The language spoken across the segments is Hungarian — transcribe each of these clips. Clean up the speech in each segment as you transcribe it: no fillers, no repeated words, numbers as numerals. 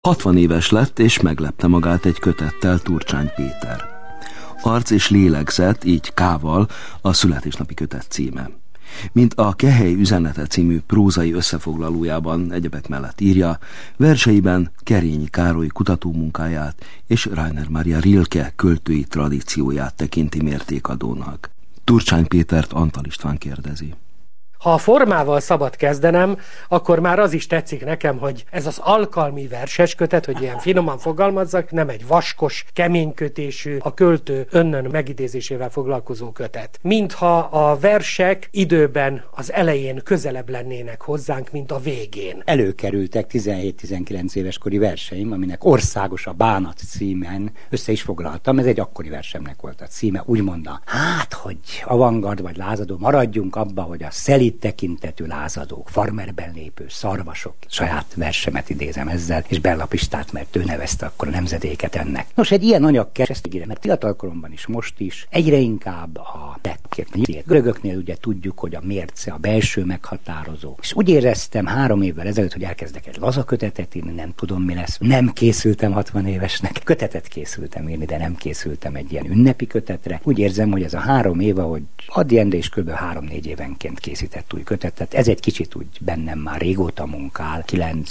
60 éves lett, és meglepte magát egy kötettel Turcsány Péter. Arc és lélegzet, így K-val a születésnapi kötet címe. Mint a Kehely üzenete című prózai összefoglalójában egyebek mellett írja, verseiben Kerényi Károly kutatómunkáját és Rainer Maria Rilke költői tradícióját tekinti mértékadónak. Turcsány Pétert Antal István kérdezi. Ha a formával szabad kezdenem, akkor már az is tetszik nekem, hogy ez az alkalmi verses kötet, hogy ilyen finoman fogalmazzak, nem egy vaskos, keménykötésű, a költő önnön megidézésével foglalkozó kötet. Mintha a versek időben az elején közelebb lennének hozzánk, mint a végén. Előkerültek 17-19 éves kori verseim, aminek Országos a bánat címen össze is foglaltam. Ez egy akkori versemnek volt a címe. Úgy mondta, hogy avantgard vagy lázadó, maradjunk abba, hogy a szelíd tekintetű lázadók, farmerben lépő szarvasok. Saját versemet idézem ezzel, és Bella Pistát, mert ő nevezte akkor a nemzedéket ennek. Nos, egy ilyen anyag kereszt, mert fiatalkoromban is, most is egyre inkább a görögöknél ugye tudjuk, hogy a mérce, a belső meghatározó. És úgy éreztem 3 évvel ezelőtt, hogy elkezdek egy laza kötetet írni, nem tudom mi lesz. Nem készültem 60 évesnek. Kötetet készültem írni, de nem készültem egy ilyen ünnepi kötetre. Úgy érzem, hogy ez a 3 év, ahogy Ady Endre is kb. 3-4 évenként készített új kötetet. Ez egy kicsit úgy bennem már régóta munkál.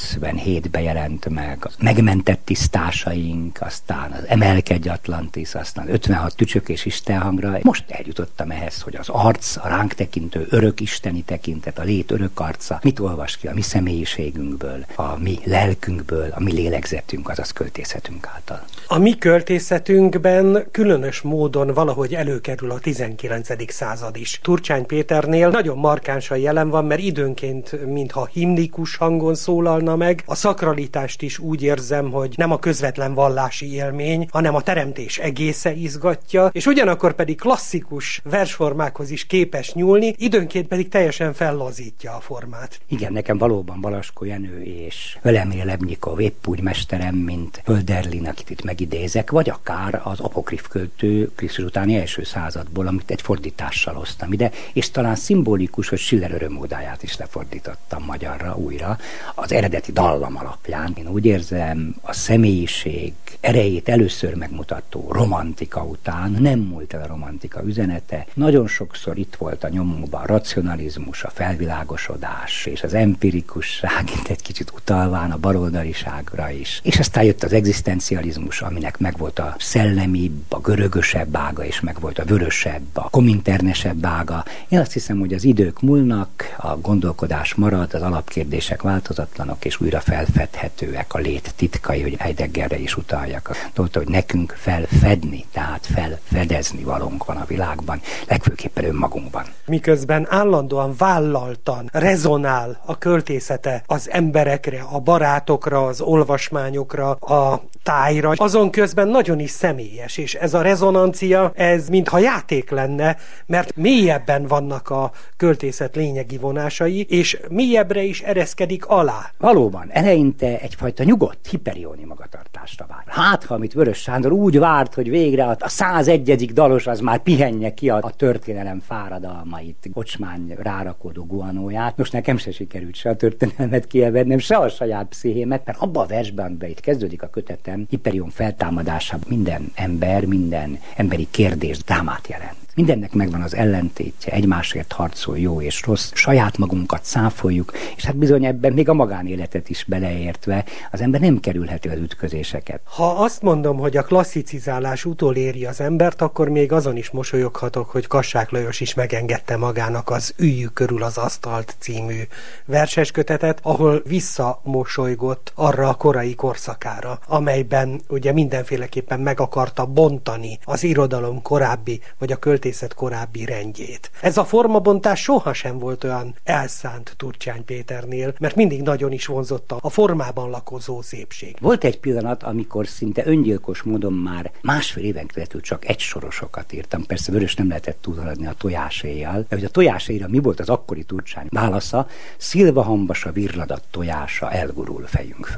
97-ben jelent meg a Megmentett tisztásaink, aztán az Emelkedj Atlantis, aztán 56 Tücsök és Istenhangra. Most eljutottam ehhez, hogy az arc, a ránk tekintő örök isteni tekintet, a lét örök arca, mit olvas ki a mi személyiségünkből, a mi lelkünkből, a mi lélegzetünk, azaz költészetünk által. A mi költészetünkben különös módon valahogy előkerül a 19. század is. Turcsány Péternél nagyon markánsan jelen van, mert időnként mintha himnikus hangon szólalna meg. A szakralitást is úgy érzem, hogy nem a közvetlen vallási élmény, hanem a teremtés egésze izgatja, és ugyanakkor pedig klasszikus versformákhoz is képes nyúlni, időnként pedig teljesen fellazítja a formát. Igen, nekem valóban Balaskó Jenő és Velemir Lebnyikov épp úgy mesterem, mint Hölderlin, akit itt megidézek, vagy akár az apokrif költő Krisztus utáni első századból, amit egy fordítással hoztam ide, és talán szimbolikus, hogy Schiller örömódáját is lefordítottam magyarra újra, az eredeti dallam alapján. Én úgy érzem, a személyiség erejét először megmutató romantika után nem múlt el a romantika üzenete. Nagyon sokszor itt volt a nyomóban a racionalizmus, a felvilágosodás és az empirikusság, itt egy kicsit utalván a baloldaliságra is. És aztán jött az egzisztencializmus, aminek megvolt a szellemibb, a görögösebb ága, és megvolt a vörösebb, a kominternesebb ága. Én azt hiszem, hogy az idők múlnak, a gondolkodás marad, az alapkérdések változatlanok, és újra felfedhetőek a lét titkai, hogy Heideggerre is utaljak. Tudta, hogy nekünk felfedni, tehát felfedezni valónk van a világban, legfőképpen önmagunkban. Miközben állandóan vállaltan rezonál a költészete az emberekre, a barátokra, az olvasmányokra, a tájra, azon közben nagyon is személyes, és ez a rezonancia, ez mintha játék lenne, mert mélyebben vannak a költészet lényegi vonásai, és mélyebbre is ereszkedik alá. Valóban, eleinte egyfajta nyugodt, hiperioni magatartásra vár. Ha amit Vörös Sándor úgy várt, hogy végre a 101. dalos az már pihenje ki a történelem fáradalmait, Ocsmány rárakódó guanóját. Most nekem se sikerült se a történelmet kielvednem, se a saját pszichémet, mert abban a versben, amiben itt kezdődik a kötetem, Hiperion feltámadásában minden ember, minden emberi kérdés drámát jelent. Mindennek megvan az ellentétje, egymásért harcol jó és rossz, saját magunkat cáfoljuk, és hát bizony ebben még a magánéletet is beleértve az ember nem kerülheti az ütközéseket. Ha azt mondom, hogy a klasszicizálás utoléri az embert, akkor még azon is mosolyoghatok, hogy Kassák Lajos is megengedte magának az Üljük körül az asztalt című verseskötetet, ahol visszamosolygott arra a korai korszakára, amelyben ugye mindenféleképpen meg akarta bontani az irodalom korábbi, vagy a költészet korábbi rendjét. Ez a formabontás sohasem volt olyan elszánt Turcsány Péternél, mert mindig nagyon is vonzotta a formában lakozó szépség. Volt egy pillanat, amikor szinte öngyilkos módon már 1,5 éven keresztül csak egysorosokat írtam. Persze Vörös nem lehetett túlhaladni a Tojáséjjal, de hogy a Tojáséjra mi volt az akkori Turcsány válasza? Szilvahambas a virradat tojása elgurul fejünk fölül.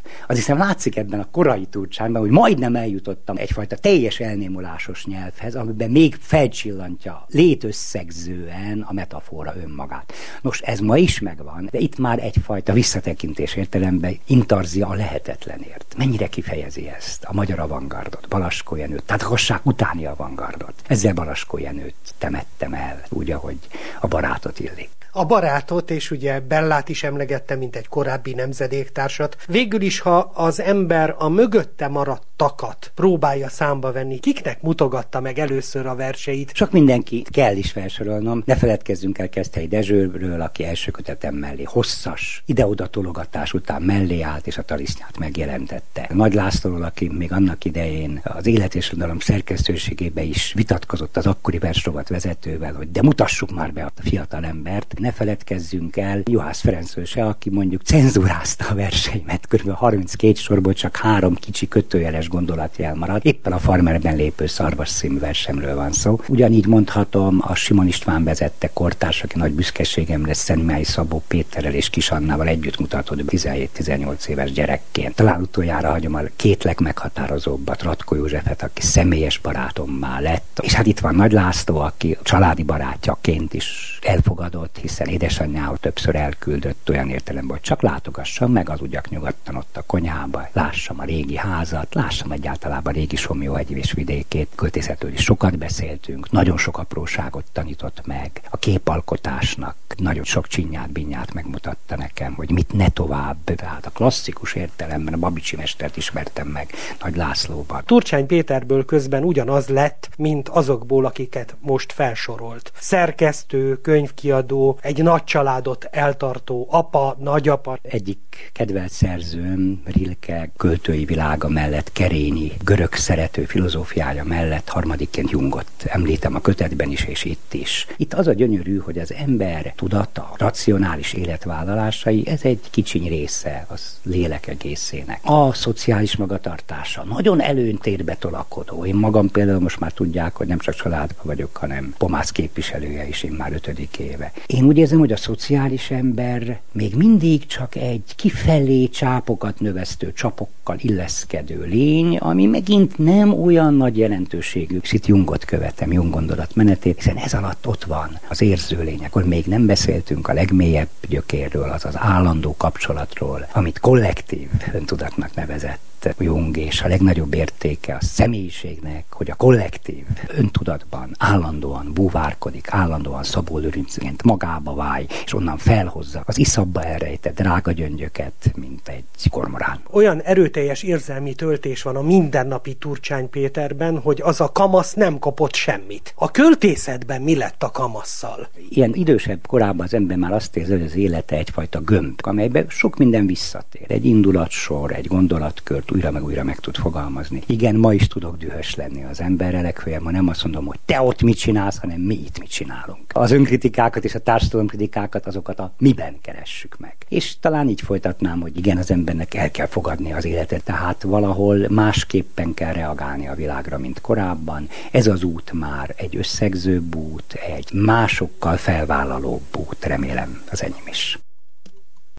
Az hiszem látszik ebben a korai Turcsányban, hogy majdnem eljutottam egyfajta teljes elnémulásos nyelvhez, amiben még felcsillantja létösszegzően a metafora önmagát. Nos, ez ma is megvan, de itt már egyfajta visszatekintés értelemben intarzia a lehetetlenért. Mennyire kifejezi ezt a magyar avantgardot, Balaskó Jenőt, tehát a Kassák utáni avantgardot. Ezzel Balaskó Jenőt temettem el, úgy, ahogy a Barátot illik. A Barátot, és ugye Bellát is emlegette, mint egy korábbi nemzedéktársat. Végül is, ha az ember a mögötte maradtakat próbálja számba venni, kiknek mutogatta meg először a verseit? Sok mindenki kell is felsorolnom. Ne feledkezzünk el Keszthelyi Dezsőről, aki első kötetem mellé hosszas ide-oda tologatás után mellé állt, és a talisznyát megjelentette. Nagy Lászlóról, aki még annak idején az Élet és Irodalom szerkesztőségébe is vitatkozott az akkori versrovat vezetővel, hogy de mutassuk már be a fiatal embert. Ne feledkezzünk el Juhász Ferencről se, aki mondjuk cenzúrázta a verseimet. Körülbelül 32 sorból csak 3 kicsi kötőjeles gondolatjel maradt. Éppen a Farmerben lépő Szarvas című versemről van szó. Ugyanígy mondhatom a Simon István vezette kortárs, aki nagy büszkeségemre Szentmályi Szabó Péterrel és Kis Annával együtt mutatott 17-18 éves gyerekként. Talán utoljára hagyom a 2 legmeghatározóbbat, Ratko Józsefet, aki személyes barátommá lett. És hát itt van Nagy László, aki családi barátjaként is elfogadott, hiszen édesanyjához többször elküldött olyan értelemben, hogy csak látogassam meg az ugyak nyugodtan ott a konyhába, lássam a régi házat, lássam egyáltalában a régi Somlyóhegy és vidékét. Költészetről is sokat beszéltünk, nagyon sok apróságot tanított meg. A képalkotásnak nagyon sok csinyát, binyát megmutatta nekem, hogy mit ne tovább. Tehát a klasszikus értelemben a Babicsi mestert ismertem meg Nagy Lászlóban. Turcsány Péterből közben ugyanaz lett, mint azokból, akiket most felsorolt. Szerkesztő, könyvkiadó, egy nagy családot eltartó apa, nagyapa. Egyik kedvelt szerzőm, Rilke költői világa mellett, Kerényi görög szerető filozófiája mellett harmadikként Jungot említem a kötetben is, és itt is. Itt az a gyönyörű, hogy az ember tudata, racionális életvállalásai, ez egy kicsiny része az lélek egészének. A szociális magatartása nagyon előntérbe tolakodó. Én magam például most már tudják, hogy nem csak családban vagyok, hanem Pomász képviselője is, én már 5. éve. Én úgy érzem, hogy a szociális ember még mindig csak egy kifelé csápokat növesztő, csapokkal illeszkedő lény, ami megint nem olyan nagy jelentőségű. És itt Jungot követem, Jung gondolatmenetét, hiszen ez alatt ott van az érző lény. Akkor még nem beszéltünk a legmélyebb gyökérről, az az állandó kapcsolatról, amit kollektív öntudatnak nevezett Jung, és a legnagyobb értéke a személyiségnek, hogy a kollektív öntudatban állandóan búvárkodik, állandóan Szabó Lőrincként magába válj, és onnan felhozza az iszabba elrejtett drága gyöngyöket, mint egy kormorán. Olyan erőteljes érzelmi töltés van a mindennapi Turcsány Péterben, hogy az a kamasz nem kapott semmit. A költészetben mi lett a kamasszal? Ilyen idősebb korában az ember már azt érzi, hogy az élete egyfajta gömb, amelyben sok minden visszatér. Egy indulatsor, egy gondolatkört újra meg újra meg tud fogalmazni. Igen, ma is tudok dühös lenni az emberre, legfeljebb ma nem azt mondom, hogy te ott mit csinálsz, hanem mi itt mit csinálunk. Az önkritikákat és a társadalomkritikákat, azokat a miben keressük meg. És talán így folytatnám, hogy igen, az embernek el kell fogadni az életet, tehát valahol másképpen kell reagálni a világra, mint korábban. Ez az út már egy összegzőbb út, egy másokkal felvállalóbb út, remélem az enyém is.